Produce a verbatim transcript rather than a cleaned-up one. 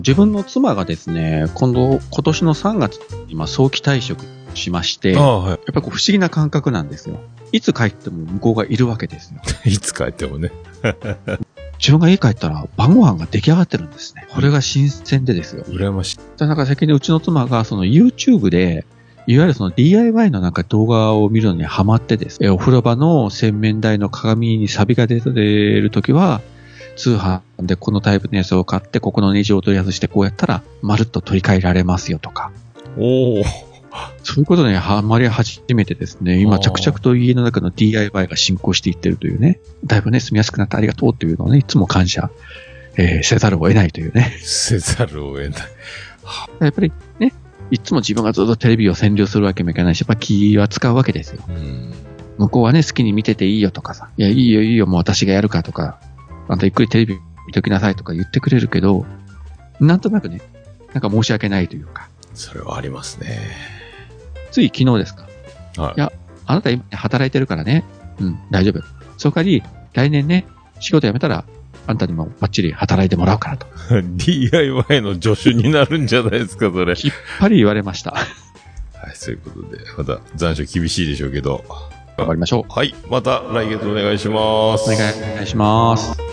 自分の妻がですね、今度、今年のさんがつに今早期退職しまして、あ、はい、やっぱりこう不思議な感覚なんですよ。いつ帰っても向こうがいるわけですよ。 いつ帰ってもね。 自分が家帰ったら晩ご飯が出来上がってるんですね。これが新鮮でですよ。 羨ましい。 なんか最近うちの妻がその YouTube で、いわゆるその ディーアイワイ のなんか動画を見るのにハマってですね、お風呂場の洗面台の鏡に錆が出るときは、通販でこのタイプのやつを買って、ここのネジを取り外してこうやったら、まるっと取り替えられますよとか。 おー。 そういうことにハマり始めてですね、今着々と家の中の ディーアイワイ が進行していってるというね、だいぶね、住みやすくなってありがとうというのをね、いつも感謝、えー、せざるを得ないというね。 せざるを得ない。 やっぱりね、いつも自分がずっとテレビを占領するわけもいかないし、やっぱ気は使うわけですよ。うん、向こうはね、好きに見てていいよとかさ、いや、いいよいいよ、もう私がやるかとか、あんたゆっくりテレビ見ときなさいとか言ってくれるけど、なんとなくね、なんか申し訳ないというか。 それはありますね。 つい昨日ですか。はい。いや、あなた今働いてるからね。うん、大丈夫。その代わり、来年ね、仕事辞めたら、あんたにもバッチリ働いてもらうからと。 ディーアイワイ の助手になるんじゃないですか、それ。 きっぱり言われました。 はい、そういうことで、また残暑厳しいでしょうけど。 頑張りましょう。 はい、また来月お願いします。 お願いします。